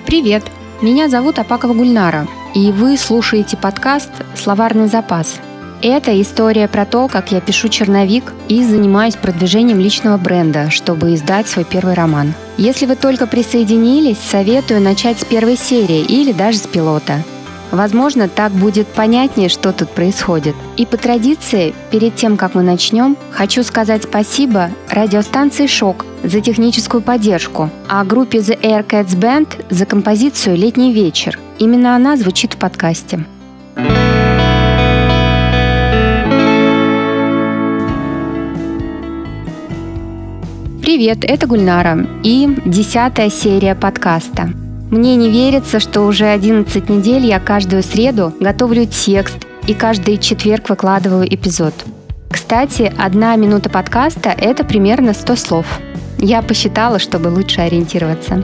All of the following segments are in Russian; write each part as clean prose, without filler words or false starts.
Привет! Меня зовут Апакова Гульнара, и вы слушаете подкаст «Словарный запас». Это история про то, как я пишу черновик и занимаюсь продвижением личного бренда, чтобы издать свой первый роман. Если вы только присоединились, советую начать с первой серии или даже с пилота. Возможно, так будет понятнее, что тут происходит. И по традиции, перед тем, как мы начнем, хочу сказать спасибо радиостанции «Шок» за техническую поддержку, а группе The Aircats Band за композицию «Летний вечер». Именно она звучит в подкасте. Привет, это Гульнара и 10-я серия подкаста. Мне не верится, что уже 11 недель я каждую среду готовлю текст и каждый четверг выкладываю эпизод. Кстати, 1 минута подкаста – это примерно 100 слов. Я посчитала, чтобы лучше ориентироваться.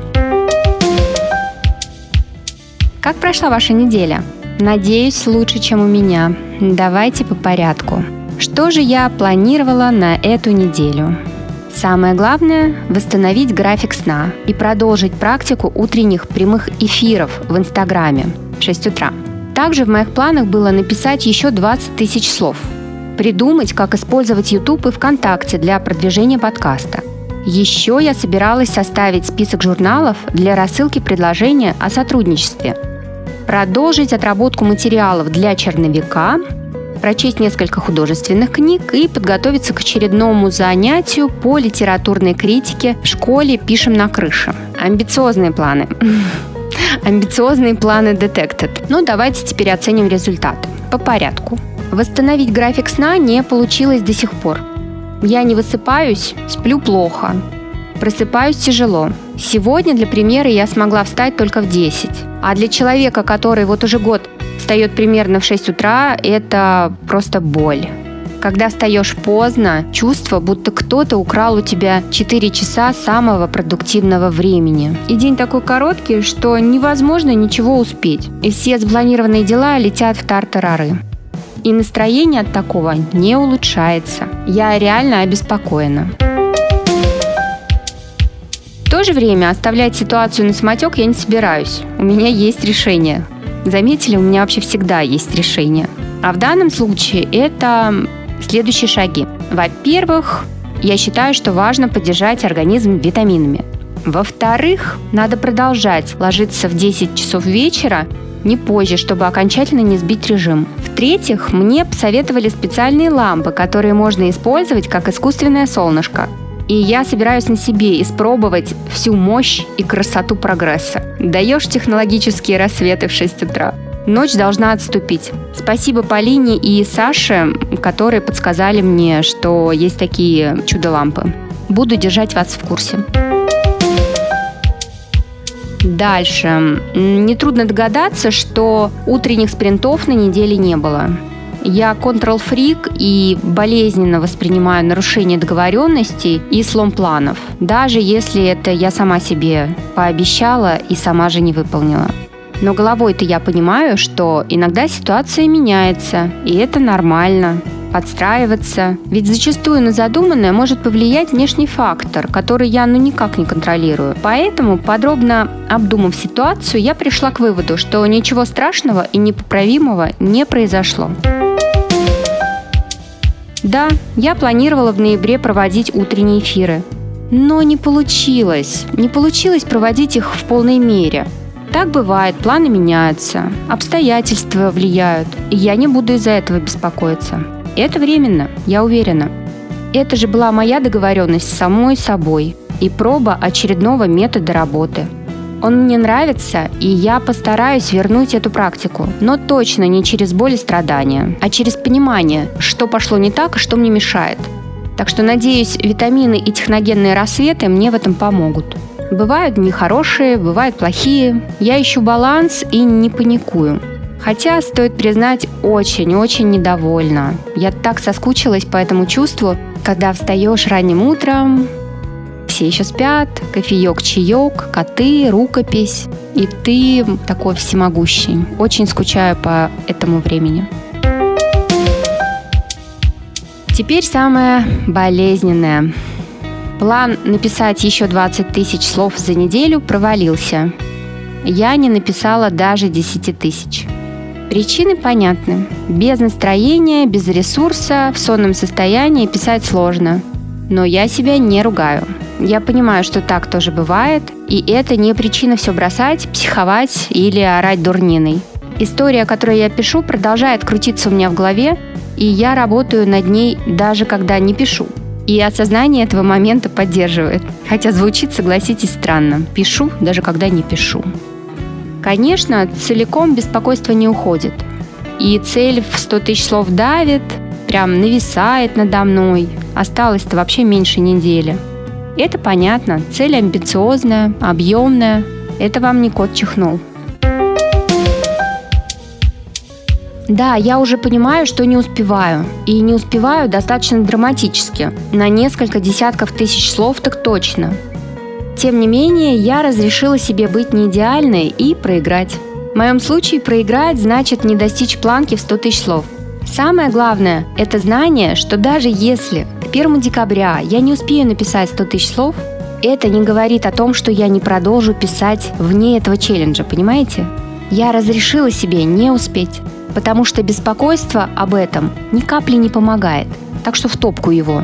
Как прошла ваша неделя? Надеюсь, лучше, чем у меня. Давайте по порядку. Что же я планировала на эту неделю? Самое главное – восстановить график сна и продолжить практику утренних прямых эфиров в Инстаграме в 6 утра. Также в моих планах было написать еще 20 тысяч слов. Придумать, как использовать YouTube и ВКонтакте для продвижения подкаста. Еще я собиралась составить список журналов для рассылки предложения о сотрудничестве. Продолжить отработку материалов для черновика, прочесть несколько художественных книг и подготовиться к очередному занятию по литературной критике в школе «Пишем на крыше». Амбициозные планы. Амбициозные планы detected. Ну, давайте теперь оценим результаты. По порядку. Восстановить график сна не получилось до сих пор. Я не высыпаюсь, сплю плохо. Просыпаюсь тяжело. Сегодня, для примера, я смогла встать только в 10. А для человека, который вот уже год встает примерно в 6 утра, это просто боль. Когда встаешь поздно, чувство, будто кто-то украл у тебя 4 часа самого продуктивного времени. И день такой короткий, что невозможно ничего успеть. И все запланированные дела летят в тартарары. И настроение от такого не улучшается. Я реально обеспокоена. В то же время оставлять ситуацию на самотек я не собираюсь. У меня есть решение. Заметили, у меня вообще всегда есть решение. А в данном случае это следующие шаги. Во-первых, я считаю, что важно поддержать организм витаминами. Во-вторых, надо продолжать ложиться в 10 часов вечера, не позже, чтобы окончательно не сбить режим. В-третьих, мне посоветовали специальные лампы, которые можно использовать как искусственное солнышко. И я собираюсь на себе испробовать всю мощь и красоту прогресса. Даешь технологические рассветы в 6 утра. Ночь должна отступить. Спасибо Полине и Саше, которые подсказали мне, что есть такие чудо-лампы. Буду держать вас в курсе. Дальше. Нетрудно догадаться, что утренних спринтов на неделе не было. Я контрол-фрик и болезненно воспринимаю нарушение договоренностей и слом планов, даже если это я сама себе пообещала и сама же не выполнила. Но головой-то я понимаю, что иногда ситуация меняется, и это нормально. Подстраиваться. Ведь зачастую на задуманное может повлиять внешний фактор, который я никак не контролирую. Поэтому, подробно обдумав ситуацию, я пришла к выводу, что ничего страшного и непоправимого не произошло. Да, я планировала в ноябре проводить утренние эфиры. Но не получилось. Не получилось проводить их в полной мере. Так бывает, планы меняются, обстоятельства влияют, и я не буду из-за этого беспокоиться. Это временно, я уверена. Это же была моя договоренность с самой собой и проба очередного метода работы. Он мне нравится, и я постараюсь вернуть эту практику, но точно не через боль и страдания, а через понимание, что пошло не так и что мне мешает. Так что, надеюсь, витамины и техногенные рассветы мне в этом помогут. Бывают дни хорошие, бывают плохие. Я ищу баланс и не паникую. Хотя, стоит признать, очень-очень недовольна. Я так соскучилась по этому чувству, когда встаешь ранним утром, все еще спят, кофеек, чаек, коты, рукопись, и ты такой всемогущий. Очень скучаю по этому времени. Теперь самое болезненное. План написать еще 20 тысяч слов за неделю провалился. я не написала даже 10 тысяч. Причины понятны. Без настроения, без ресурса, в сонном состоянии писать сложно. Но я себя не ругаю. Я понимаю, что так тоже бывает, и это не причина все бросать, психовать или орать дурниной. История, которую я пишу, продолжает крутиться у меня в голове, и я работаю над ней даже когда не пишу. И осознание этого момента поддерживает. Хотя звучит, согласитесь, странно. Пишу, даже когда не пишу. Конечно, целиком беспокойство не уходит. И цель в 100 тысяч слов давит, прям нависает надо мной. Осталось-то вообще меньше недели. Это понятно. Цель амбициозная, объемная. Это вам не кот чихнул. Да, я уже понимаю, что не успеваю. И не успеваю достаточно драматически. На несколько десятков тысяч слов так точно. Тем не менее, я разрешила себе быть не идеальной и проиграть. В моем случае проиграть значит не достичь планки в 100 тысяч слов. Самое главное – это знание, что даже если к 1 декабря я не успею написать 100 тысяч слов, это не говорит о том, что я не продолжу писать вне этого челленджа, понимаете? Я разрешила себе не успеть. Потому что беспокойство об этом ни капли не помогает. Так что в топку его.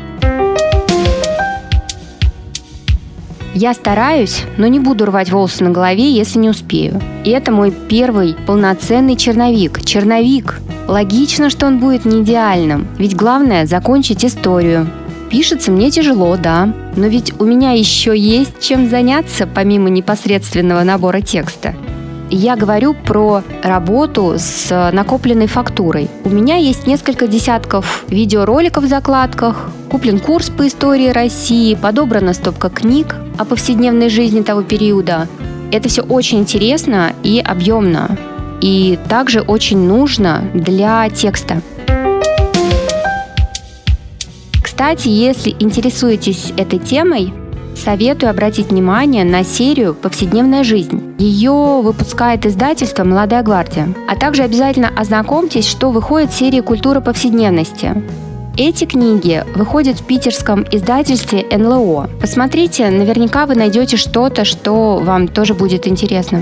Я стараюсь, но не буду рвать волосы на голове, если не успею. И это мой первый полноценный черновик. Черновик. Логично, что он будет не идеальным, ведь главное – закончить историю. Пишется мне тяжело, да, но ведь у меня еще есть чем заняться, помимо непосредственного набора текста. Я говорю про работу с накопленной фактурой. У меня есть несколько десятков видеороликов в закладках, куплен курс по истории России, подобрана стопка книг о повседневной жизни того периода. Это все очень интересно и объемно, и также очень нужно для текста. Кстати, если интересуетесь этой темой, советую обратить внимание на серию «Повседневная жизнь». Ее выпускает издательство «Молодая гвардия». А также обязательно ознакомьтесь, что выходит в серии «Культура повседневности». Эти книги выходят в питерском издательстве НЛО. Посмотрите, наверняка вы найдете что-то, что вам тоже будет интересно.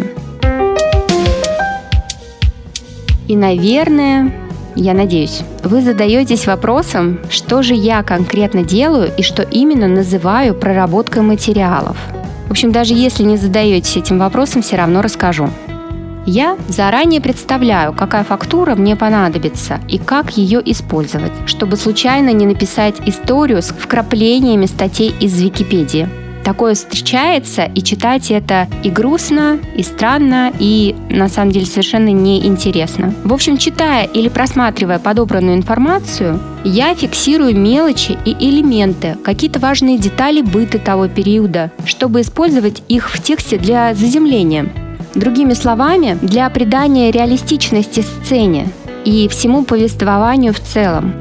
И, наверное, я надеюсь, вы задаетесь вопросом, что же я конкретно делаю и что именно называю проработкой материалов. В общем, даже если не задаетесь этим вопросом, все равно расскажу. Я заранее представляю, какая фактура мне понадобится и как ее использовать, чтобы случайно не написать историю с вкраплениями статей из Википедии. Такое встречается, и читать это и грустно, и странно, и на самом деле совершенно неинтересно. В общем, читая или просматривая подобранную информацию, я фиксирую мелочи и элементы, какие-то важные детали быта того периода, чтобы использовать их в тексте для заземления. Другими словами, для придания реалистичности сцене и всему повествованию в целом.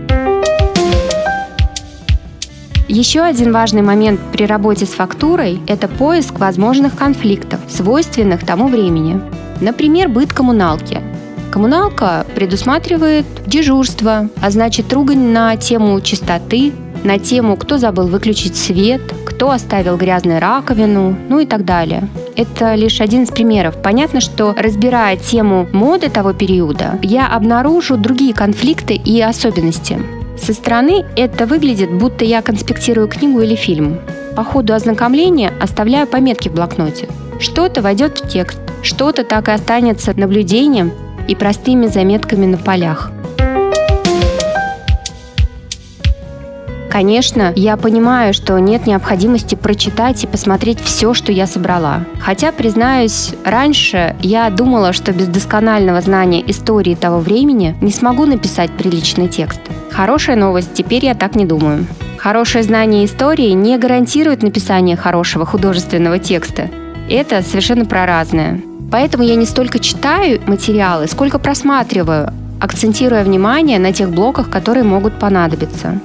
Еще один важный момент при работе с фактурой – это поиск возможных конфликтов, свойственных тому времени. Например, быт коммуналки. Коммуналка предусматривает дежурство, а значит ругань на тему чистоты, на тему, кто забыл выключить свет, кто оставил грязную раковину, ну и так далее. Это лишь один из примеров. Понятно, что, разбирая тему моды того периода, я обнаружу другие конфликты и особенности. Со стороны это выглядит, будто я конспектирую книгу или фильм. По ходу ознакомления оставляю пометки в блокноте. Что-то войдет в текст, что-то так и останется наблюдением и простыми заметками на полях. Конечно, я понимаю, что нет необходимости прочитать и посмотреть все, что я собрала. Хотя, признаюсь, раньше я думала, что без досконального знания истории того времени не смогу написать приличный текст. Хорошая новость, теперь я так не думаю. Хорошее знание истории не гарантирует написание хорошего художественного текста. Это совершенно про разное. Поэтому я не столько читаю материалы, сколько просматриваю, акцентируя внимание на тех блоках, которые могут понадобиться.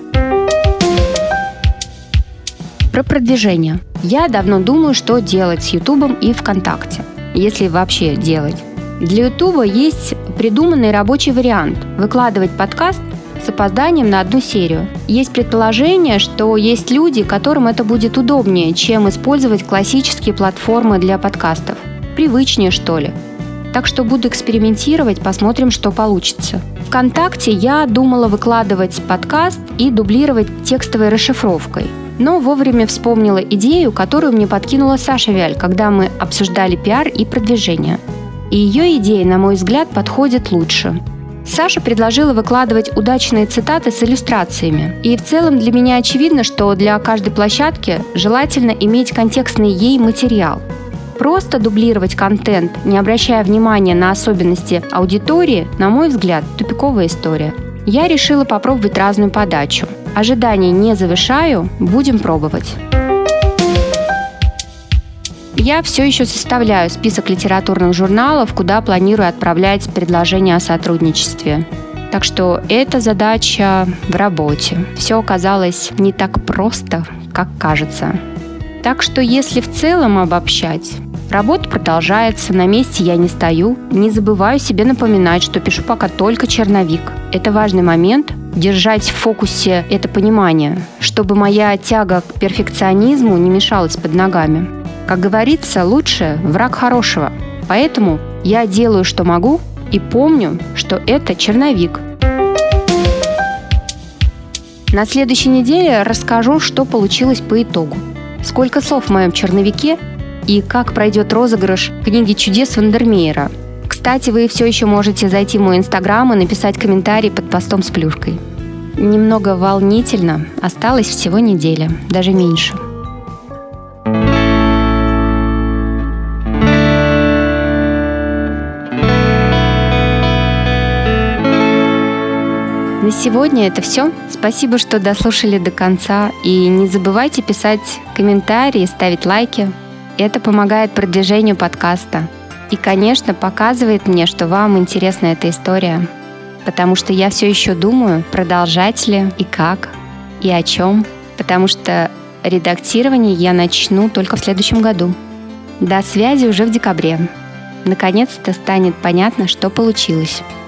Про продвижение. Я давно думаю, что делать с Ютубом и ВКонтакте, если вообще делать. Для Ютуба есть придуманный рабочий вариант – выкладывать подкаст с опозданием на одну серию. Есть предположение, что есть люди, которым это будет удобнее, чем использовать классические платформы для подкастов. привычнее, что ли. Так что буду экспериментировать, посмотрим, что получится. ВКонтакте я думала выкладывать подкаст и дублировать текстовой расшифровкой. Но вовремя вспомнила идею, которую мне подкинула Саша Вяль, когда мы обсуждали пиар и продвижение. И ее идея, на мой взгляд, подходит лучше. Саша предложила выкладывать удачные цитаты с иллюстрациями. И в целом для меня очевидно, что для каждой площадки желательно иметь контекстный ей материал. Просто дублировать контент, не обращая внимания на особенности аудитории, на мой взгляд, тупиковая история. Я решила попробовать разную подачу. Ожидания не завышаю, будем пробовать. Я все еще составляю список литературных журналов, куда планирую отправлять предложения о сотрудничестве. Так что эта задача в работе. Все оказалось не так просто, как кажется. Так что если в целом обобщать, работа продолжается, на месте я не стою, не забываю себе напоминать, что пишу пока только черновик. Это важный момент, держать в фокусе это понимание, чтобы моя тяга к перфекционизму не мешалась под ногами. Как говорится, лучше враг хорошего. Поэтому я делаю, что могу, и помню, что это черновик. На следующей неделе расскажу, что получилось по итогу. Сколько слов в моем черновике и как пройдет розыгрыш книги чудес Вандермеера. Кстати, вы все еще можете зайти в мой Инстаграм и написать комментарий под постом с плюшкой. Немного волнительно, осталось всего неделя, даже меньше. На сегодня это все. Спасибо, что дослушали до конца. И не забывайте писать комментарии, ставить лайки. Это помогает продвижению подкаста. И, конечно, показывает мне, что вам интересна эта история. Потому что я все еще думаю, продолжать ли и как, и о чем. Потому что редактирование я начну только в следующем году. До связи уже в декабре. Наконец-то станет понятно, что получилось.